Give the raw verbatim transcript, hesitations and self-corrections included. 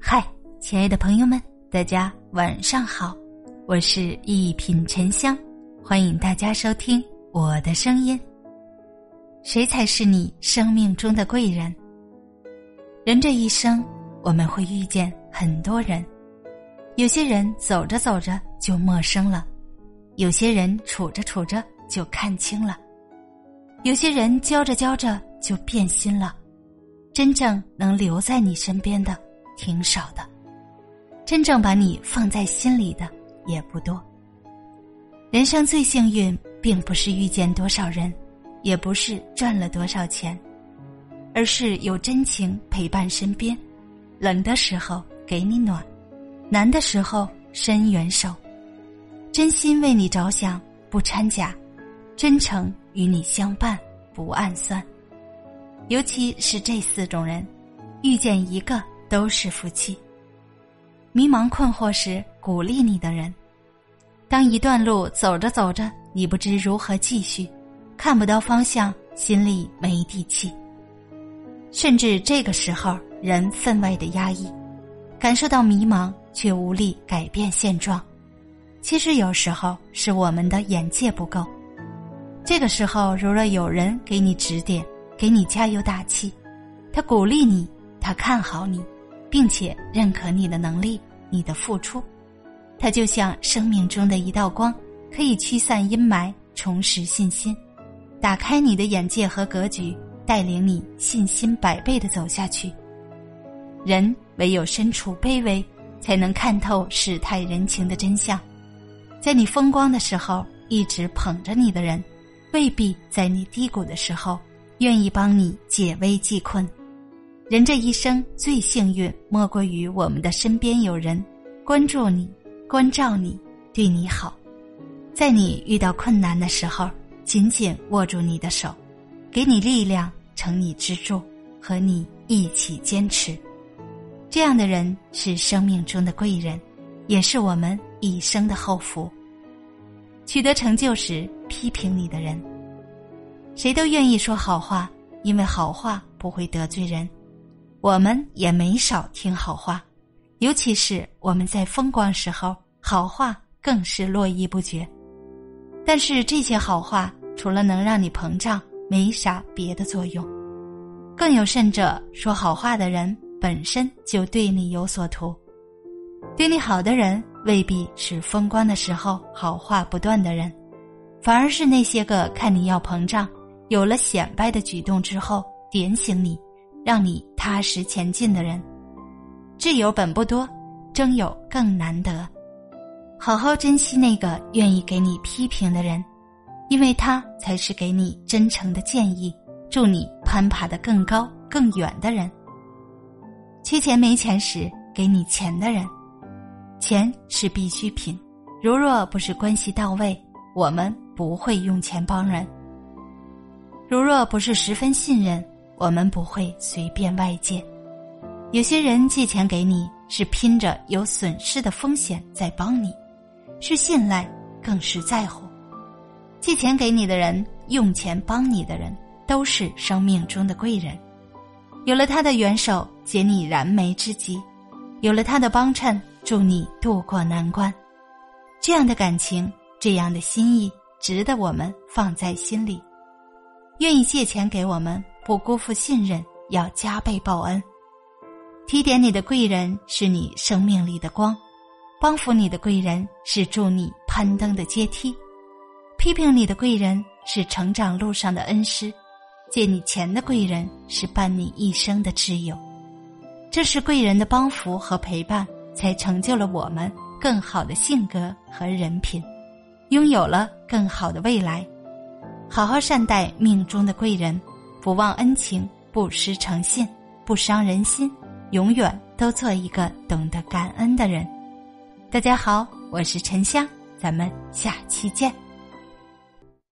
嗨，亲爱的朋友们，大家晚上好，我是一品沉香，欢迎大家收听我的声音。谁才是你生命中的贵人？人这一生，我们会遇见很多人，有些人走着走着就陌生了，有些人处着处着就看清了，有些人交着交着就变心了。真正能留在你身边的挺少的，真正把你放在心里的也不多。人生最幸运，并不是遇见多少人，也不是赚了多少钱，而是有真情陪伴身边，冷的时候给你暖，难的时候伸援手，真心为你着想，不掺假，真诚与你相伴，不暗算。尤其是这四种人，遇见一个都是福气。迷茫困惑时鼓励你的人，当一段路走着走着你不知如何继续，看不到方向，心里没底气，甚至这个时候人分外的压抑，感受到迷茫却无力改变现状。其实有时候是我们的眼界不够，这个时候如若有人给你指点，给你加油打气，他鼓励你，他看好你，并且认可你的能力，你的付出，他就像生命中的一道光，可以驱散阴霾，重拾信心，打开你的眼界和格局，带领你信心百倍地走下去。人唯有身处卑微，才能看透世态人情的真相。在你风光的时候一直捧着你的人，未必在你低谷的时候愿意帮你解危济困。人这一生最幸运，莫过于我们的身边有人关注你，关照你，对你好，在你遇到困难的时候紧紧握住你的手，给你力量，成你支柱，和你一起坚持。这样的人是生命中的贵人，也是我们一生的后福。取得成就时批评你的人，谁都愿意说好话，因为好话不会得罪人，我们也没少听好话，尤其是我们在风光时候，好话更是络绎不绝。但是这些好话除了能让你膨胀，没啥别的作用。更有甚者，说好话的人本身就对你有所图。对你好的人未必是风光的时候好话不断的人，反而是那些个看你要膨胀，有了显摆的举动之后点醒你，让你踏实前进的人。挚友本不多，真友更难得。好好珍惜那个愿意给你批评的人，因为他才是给你真诚的建议，助你攀爬得更高更远的人。缺钱没钱时给你钱的人，钱是必需品，如若不是关系到位，我们不会用钱帮人。如若不是十分信任，我们不会随便外借。有些人借钱给你，是拼着有损失的风险在帮你，是信赖，更是在乎。借钱给你的人，用钱帮你的人，都是生命中的贵人。有了他的援手，解你燃眉之急；有了他的帮衬，助你渡过难关。这样的感情，这样的心意，值得我们放在心里。愿意借钱给我们，不辜负信任，要加倍报恩。提点你的贵人是你生命里的光，帮扶你的贵人是助你攀登的阶梯，批评你的贵人是成长路上的恩师，借你钱的贵人是伴你一生的挚友。这是贵人的帮扶和陪伴，才成就了我们更好的性格和人品，拥有了更好的未来。好好善待命中的贵人，不忘恩情，不失诚信，不伤人心，永远都做一个懂得感恩的人。大家好，我是沉香，咱们下期见。